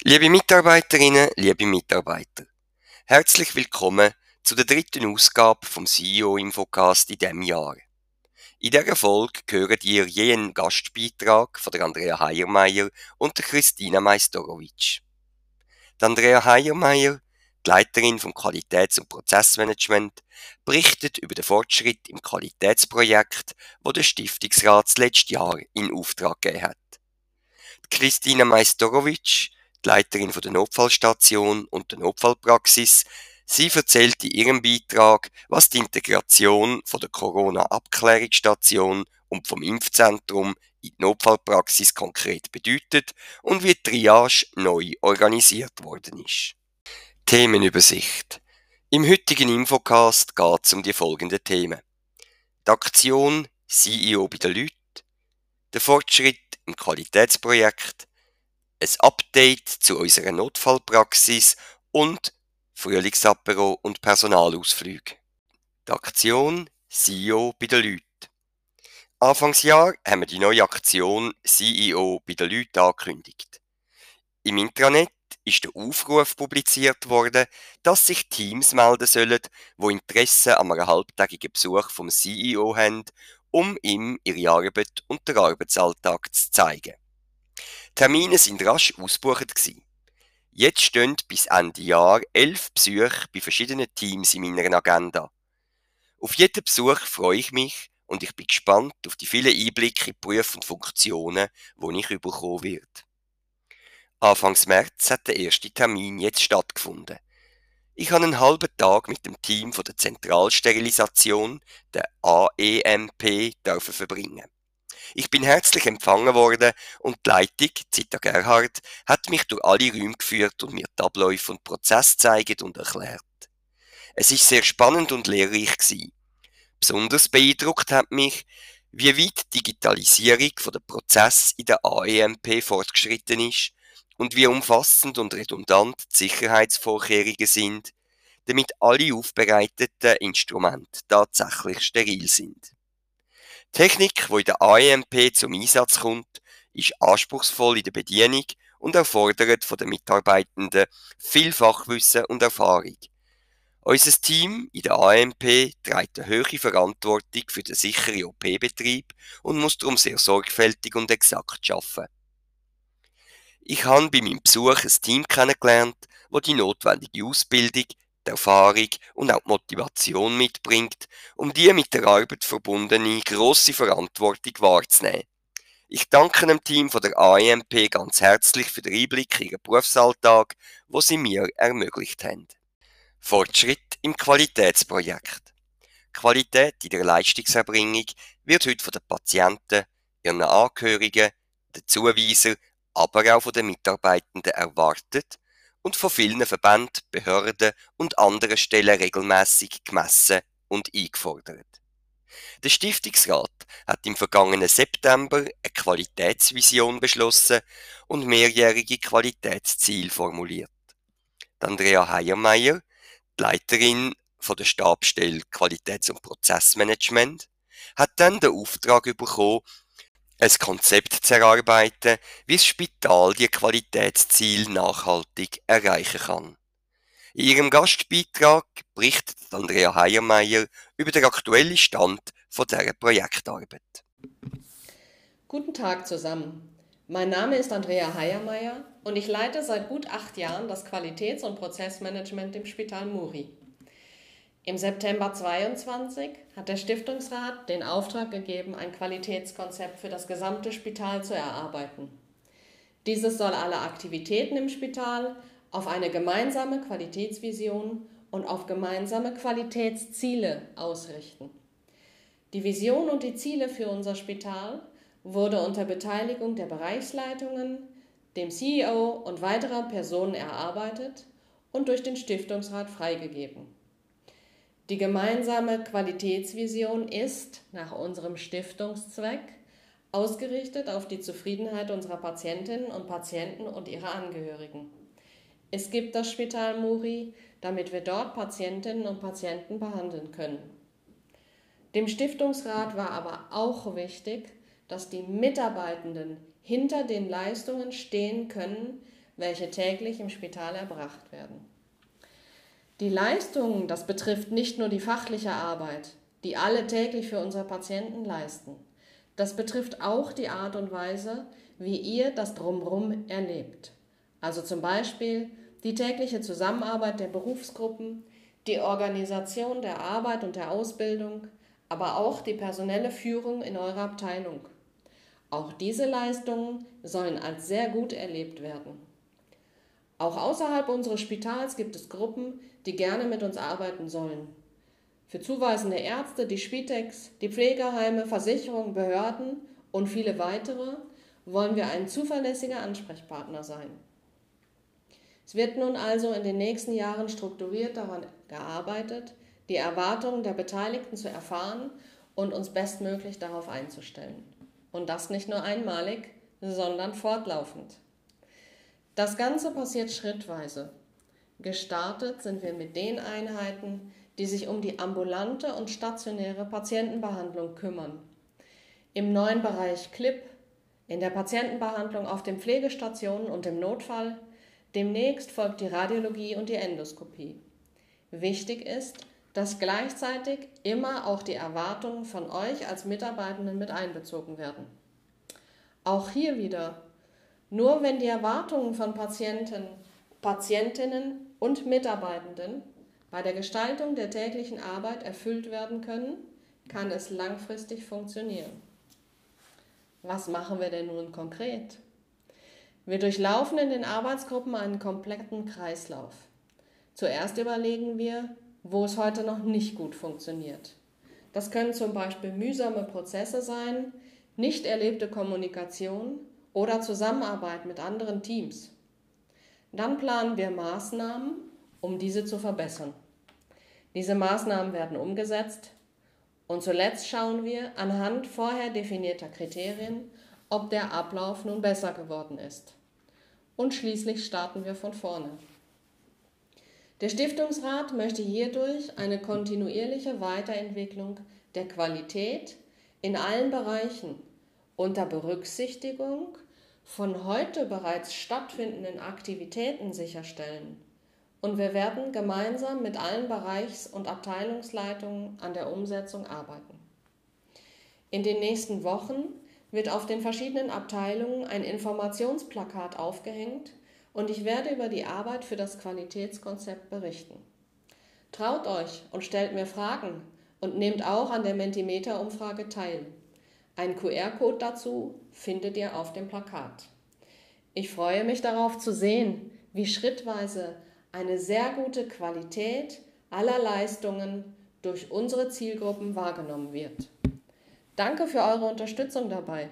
Liebe Mitarbeiterinnen, liebe Mitarbeiter, herzlich willkommen zu der dritten Ausgabe vom CEO-Infocast in diesem Jahr. In dieser Folge hören ihr je einen Gastbeitrag von der Andrea Heiermeier und der Christina Majstorovic. Die Andrea Heiermeier, die Leiterin vom Qualitäts- und Prozessmanagement, berichtet über den Fortschritt im Qualitätsprojekt, das der Stiftungsrat das letzte Jahr in Auftrag gegeben hat. Die Christina Majstorovic, die Leiterin der Notfallstation und der Notfallpraxis, sie erzählt in ihrem Beitrag, was die Integration von der Corona-Abklärungsstation und vom Impfzentrum in die Notfallpraxis konkret bedeutet und wie die Triage neu organisiert worden ist. Themenübersicht. Im heutigen Infocast geht es um die folgenden Themen. Die Aktion CEO bei den Leuten, der Fortschritt im Qualitätsprojekt, ein Update zu unserer Notfallpraxis und Frühlingsapero und Personalausflüge. Die Aktion CEO bei den Leuten. Anfangsjahr haben wir die neue Aktion CEO bei den Leuten angekündigt. Im Intranet ist der Aufruf publiziert worden, dass sich Teams melden sollen, die Interesse an einem halbtägigen Besuch vom CEO haben, um ihm ihre Arbeit und den Arbeitsalltag zu zeigen. Die Termine sind rasch ausgebucht gewesen. Jetzt stehen bis Ende Jahr 11 Besuche bei verschiedenen Teams in meiner Agenda. Auf jeden Besuch freue ich mich und ich bin gespannt auf die vielen Einblicke in Berufe und Funktionen, die ich bekommen werde. Anfangs März hat der erste Termin jetzt stattgefunden. Ich habe einen halben Tag mit dem Team von der Zentralsterilisation, der AEMP, verbringen. Ich bin herzlich empfangen worden und die Leitung, Zita Gerhard, hat mich durch alle Räume geführt und mir die Abläufe und Prozesse gezeigt und erklärt. Es ist sehr spannend und lehrreich gewesen. Besonders beeindruckt hat mich, wie weit die Digitalisierung der Prozesse in der AEMP fortgeschritten ist und wie umfassend und redundant die Sicherheitsvorkehrungen sind, damit alle aufbereiteten Instrumente tatsächlich steril sind. Die Technik, die in der AEMP zum Einsatz kommt, ist anspruchsvoll in der Bedienung und erfordert von den Mitarbeitenden viel Fachwissen und Erfahrung. Unser Team in der AEMP trägt eine hohe Verantwortung für den sicheren OP-Betrieb und muss darum sehr sorgfältig und exakt arbeiten. Ich habe bei meinem Besuch ein Team kennengelernt, das die notwendige Ausbildung, die Erfahrung und auch die Motivation mitbringt, um die mit der Arbeit verbundene grosse Verantwortung wahrzunehmen. Ich danke dem Team von der AEMP ganz herzlich für den Einblick in ihren Berufsalltag, wo sie mir ermöglicht haben. Fortschritt im Qualitätsprojekt. Qualität in der Leistungserbringung wird heute von den Patienten, ihren Angehörigen, den Zuweisern, aber auch von den Mitarbeitenden erwartet und von vielen Verbänden, Behörden und anderen Stellen regelmäßig gemessen und eingefordert. Der Stiftungsrat hat im vergangenen September eine Qualitätsvision beschlossen und mehrjährige Qualitätsziele formuliert. Die Andrea Heiermeier, die Leiterin von der Stabsstelle Qualitäts- und Prozessmanagement, hat dann den Auftrag bekommen, ein Konzept zu erarbeiten, wie das Spital die Qualitätsziele nachhaltig erreichen kann. In ihrem Gastbeitrag berichtet Andrea Heiermeier über den aktuellen Stand dieser Projektarbeit. Guten Tag zusammen. Mein Name ist Andrea Heiermeier und ich leite seit gut 8 Jahren das Qualitäts- und Prozessmanagement im Spital Muri. Im September 2022 hat der Stiftungsrat den Auftrag gegeben, ein Qualitätskonzept für das gesamte Spital zu erarbeiten. Dieses soll alle Aktivitäten im Spital auf eine gemeinsame Qualitätsvision und auf gemeinsame Qualitätsziele ausrichten. Die Vision und die Ziele für unser Spital wurde unter Beteiligung der Bereichsleitungen, dem CEO und weiterer Personen erarbeitet und durch den Stiftungsrat freigegeben. Die gemeinsame Qualitätsvision ist, nach unserem Stiftungszweck, ausgerichtet auf die Zufriedenheit unserer Patientinnen und Patienten und ihrer Angehörigen. Es gibt das Spital Muri, damit wir dort Patientinnen und Patienten behandeln können. Dem Stiftungsrat war aber auch wichtig, dass die Mitarbeitenden hinter den Leistungen stehen können, welche täglich im Spital erbracht werden. Die Leistungen, das betrifft nicht nur die fachliche Arbeit, die alle täglich für unsere Patienten leisten. Das betrifft auch die Art und Weise, wie ihr das Drumherum erlebt. Also zum Beispiel die tägliche Zusammenarbeit der Berufsgruppen, die Organisation der Arbeit und der Ausbildung, aber auch die personelle Führung in eurer Abteilung. Auch diese Leistungen sollen als sehr gut erlebt werden. Auch außerhalb unseres Spitals gibt es Gruppen, die gerne mit uns arbeiten sollen. Für zuweisende Ärzte, die Spitex, die Pflegeheime, Versicherungen, Behörden und viele weitere wollen wir ein zuverlässiger Ansprechpartner sein. Es wird nun also in den nächsten Jahren strukturiert daran gearbeitet, die Erwartungen der Beteiligten zu erfahren und uns bestmöglich darauf einzustellen. Und das nicht nur einmalig, sondern fortlaufend. Das Ganze passiert schrittweise. Gestartet sind wir mit den Einheiten, die sich um die ambulante und stationäre Patientenbehandlung kümmern. Im neuen Bereich CLIP, in der Patientenbehandlung auf den Pflegestationen und im Notfall. Demnächst folgt die Radiologie und die Endoskopie. Wichtig ist, dass gleichzeitig immer auch die Erwartungen von euch als Mitarbeitenden mit einbezogen werden. Auch hier wieder, nur wenn die Erwartungen von Patienten, Patientinnen und Mitarbeitenden bei der Gestaltung der täglichen Arbeit erfüllt werden können, kann es langfristig funktionieren. Was machen wir denn nun konkret? Wir durchlaufen in den Arbeitsgruppen einen kompletten Kreislauf. Zuerst überlegen wir, wo es heute noch nicht gut funktioniert. Das können zum Beispiel mühsame Prozesse sein, nicht erlebte Kommunikation oder Zusammenarbeit mit anderen Teams. Dann planen wir Maßnahmen, um diese zu verbessern. Diese Maßnahmen werden umgesetzt und zuletzt schauen wir anhand vorher definierter Kriterien, ob der Ablauf nun besser geworden ist. Und schließlich starten wir von vorne. Der Stiftungsrat möchte hierdurch eine kontinuierliche Weiterentwicklung der Qualität in allen Bereichen unter Berücksichtigung von heute bereits stattfindenden Aktivitäten sicherstellen. Und wir werden gemeinsam mit allen Bereichs- und Abteilungsleitungen an der Umsetzung arbeiten. In den nächsten Wochen wird auf den verschiedenen Abteilungen ein Informationsplakat aufgehängt und ich werde über die Arbeit für das Qualitätskonzept berichten. Traut euch und stellt mir Fragen und nehmt auch an der Mentimeter-Umfrage teil. Ein QR-Code dazu findet ihr auf dem Plakat. Ich freue mich darauf zu sehen, wie schrittweise eine sehr gute Qualität aller Leistungen durch unsere Zielgruppen wahrgenommen wird. Danke für eure Unterstützung dabei.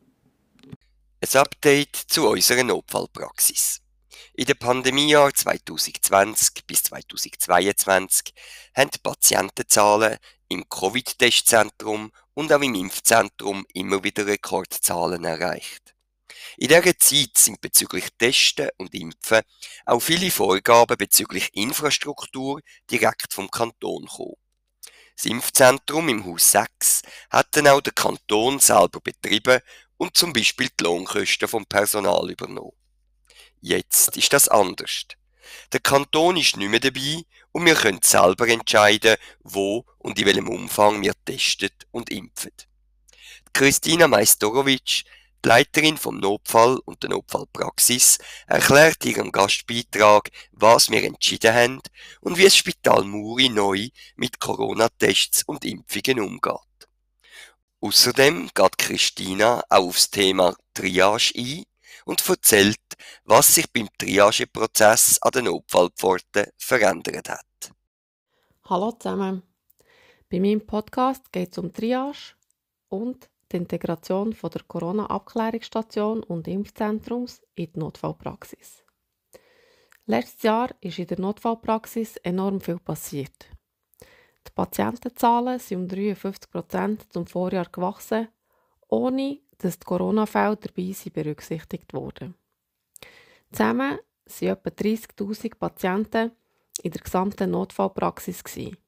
Ein Update zu unserer Notfallpraxis. In den Pandemiejahren 2020 bis 2022 haben die Patientenzahlen im Covid-Testzentrum und auch im Impfzentrum immer wieder Rekordzahlen erreicht. In dieser Zeit sind bezüglich Testen und Impfen auch viele Vorgaben bezüglich Infrastruktur direkt vom Kanton gekommen. Das Impfzentrum im Haus 6 hat dann auch der Kanton selber betrieben und zum Beispiel die Lohnkosten vom Personal übernommen. Jetzt ist das anders. Der Kanton ist nicht mehr dabei und wir können selber entscheiden, wo und in welchem Umfang wir testen und impfen. Christina Majstorovic, die Leiterin vom Notfall und der Notfallpraxis, erklärt in ihrem Gastbeitrag, was wir entschieden haben und wie das Spital Muri neu mit Corona-Tests und Impfungen umgeht. Außerdem geht Christina auch aufs Thema Triage ein und erzählt, was sich beim Triageprozess an den Notfallpforten verändert hat. Hallo zusammen. Bei meinem Podcast geht es um Triage und die Integration von der Corona-Abklärungsstation und Impfzentrums in die Notfallpraxis. Letztes Jahr ist in der Notfallpraxis enorm viel passiert. Die Patientenzahlen sind um 53% zum Vorjahr gewachsen, ohne dass die Corona-Fälle dabei berücksichtigt wurden. Zusammen waren etwa 30'000 Patienten in der gesamten Notfallpraxis.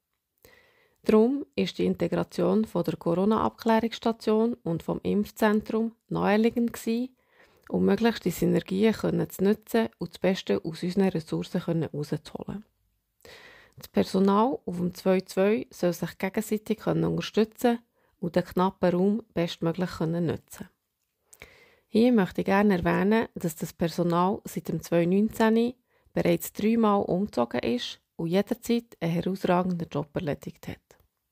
Darum ist die Integration von der Corona-Abklärungsstation und vom Impfzentrum naheliegend gewesen, um möglichst die Synergien zu nutzen und das Beste aus unseren Ressourcen herauszuholen. Das Personal auf dem 2-2 soll sich gegenseitig unterstützen und den knappen Raum bestmöglich nutzen. Hier möchte ich gerne erwähnen, dass das Personal seit dem 2019 bereits 3 Mal umgezogen ist und jederzeit einen herausragenden Job erledigt hat.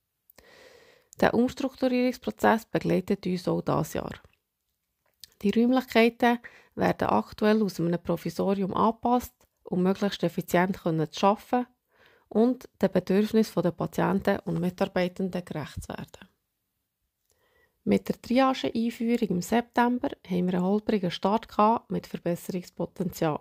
Der Umstrukturierungsprozess begleitet uns auch dieses Jahr. Die Räumlichkeiten werden aktuell aus einem Provisorium angepasst, um möglichst effizient zu arbeiten und den Bedürfnissen der Patienten und Mitarbeitenden gerecht zu werden. Mit der Triage-Einführung im September haben wir einen holprigen Start mit Verbesserungspotenzial.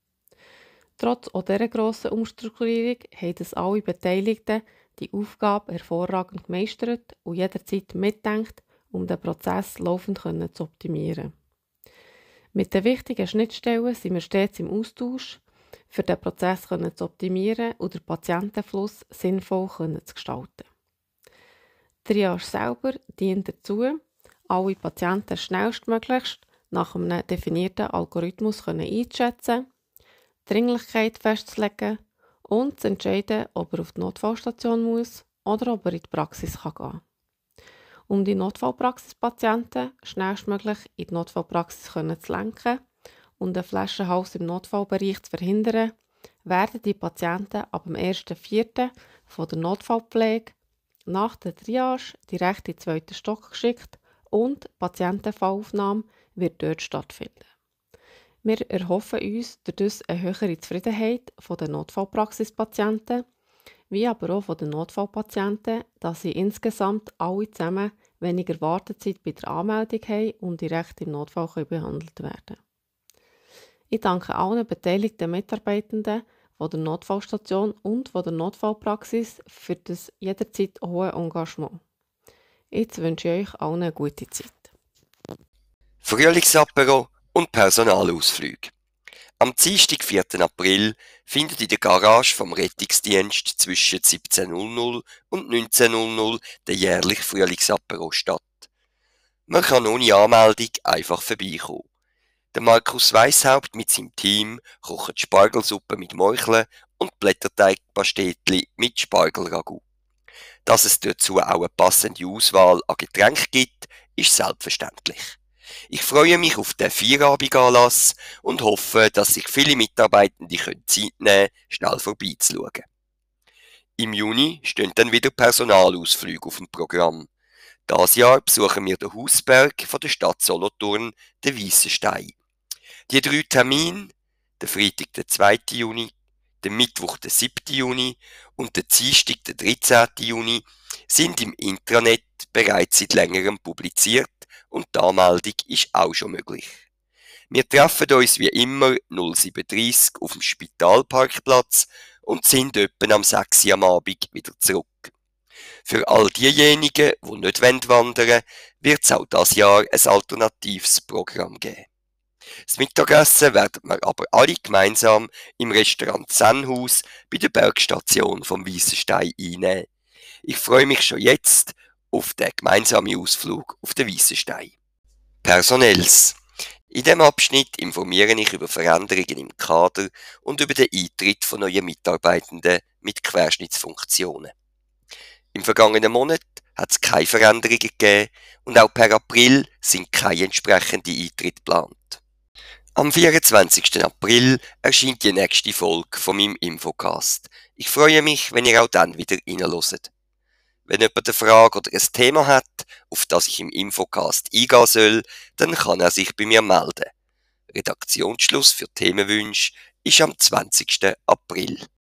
Trotz auch dieser grossen Umstrukturierung haben es alle Beteiligten die Aufgabe hervorragend gemeistert und jederzeit mitgedacht, um den Prozess laufend zu optimieren. Mit den wichtigen Schnittstellen sind wir stets im Austausch, für den Prozess zu optimieren und den Patientenfluss sinnvoll zu gestalten. Die Triage selber dient dazu, alle Patienten schnellstmöglichst nach einem definierten Algorithmus einzuschätzen, die Dringlichkeit festzulegen und zu entscheiden, ob er auf die Notfallstation muss oder ob er in die Praxis gehen kann. Um die Notfallpraxispatienten schnellstmöglich in die Notfallpraxis zu lenken und einen Flaschenhals im Notfallbereich zu verhindern, werden die Patienten ab dem 1.4. von der Notfallpflege nach der Triage direkt in den 2. Stock geschickt und die Patientenfallaufnahme wird dort stattfinden. Wir erhoffen uns dadurch eine höhere Zufriedenheit der Notfallpraxispatienten, wie aber auch von den Notfallpatienten, dass sie insgesamt alle zusammen weniger Wartezeit bei der Anmeldung haben und direkt im Notfall behandelt werden. Ich danke allen beteiligten Mitarbeitenden von der Notfallstation und von der Notfallpraxis für das jederzeit hohe Engagement. Jetzt wünsche ich euch allen eine gute Zeit. Frühlingsapero und Personalausflüge. Am Dienstag, 4. April, findet in der Garage vom Rettungsdienst zwischen 17:00 und 19:00 der jährliche Frühlingsapero statt. Man kann ohne Anmeldung einfach vorbeikommen. Der Markus Weishaupt mit seinem Team kocht Spargelsuppe mit Morcheln und Blätterteigpastetli mit Spargelragout. Dass es dazu auch eine passende Auswahl an Getränken gibt, ist selbstverständlich. Ich freue mich auf den Feierabend-Anlass und hoffe, dass sich viele Mitarbeitende Zeit nehmen können, schnell vorbeizuschauen. Im Juni stehen dann wieder Personalausflüge auf dem Programm. Dieses Jahr besuchen wir den Hausberg von der Stadt Solothurn, den Weissenstein. Die 3 Termine, der Freitag, der 2. Juni, der Mittwoch, der 7. Juni und der Dienstag, der 13. Juni, sind im Intranet bereits seit längerem publiziert und die Anmeldung ist auch schon möglich. Wir treffen uns wie immer 07:30 auf dem Spitalparkplatz und sind etwa am 6 Uhr am Abend wieder zurück. Für all diejenigen, die nicht wandern wollen, wird es auch dieses Jahr ein alternatives Programm geben. Das Mittagessen werden wir aber alle gemeinsam im Restaurant Zenhaus bei der Bergstation vom Weissenstein einnehmen. Ich freue mich schon jetzt auf den gemeinsamen Ausflug auf den Weissenstein. Personells. In diesem Abschnitt informiere ich über Veränderungen im Kader und über den Eintritt von neuen Mitarbeitenden mit Querschnittsfunktionen. Im vergangenen Monat hat es keine Veränderungen gegeben und auch per April sind keine entsprechenden Eintritte geplant. Am 24. April erscheint die nächste Folge von meinem Infocast. Ich freue mich, wenn ihr auch dann wieder reinhört. Wenn jemand eine Frage oder ein Thema hat, auf das ich im Infocast eingehen soll, dann kann er sich bei mir melden. Redaktionsschluss für Themenwünsche ist am 20. April.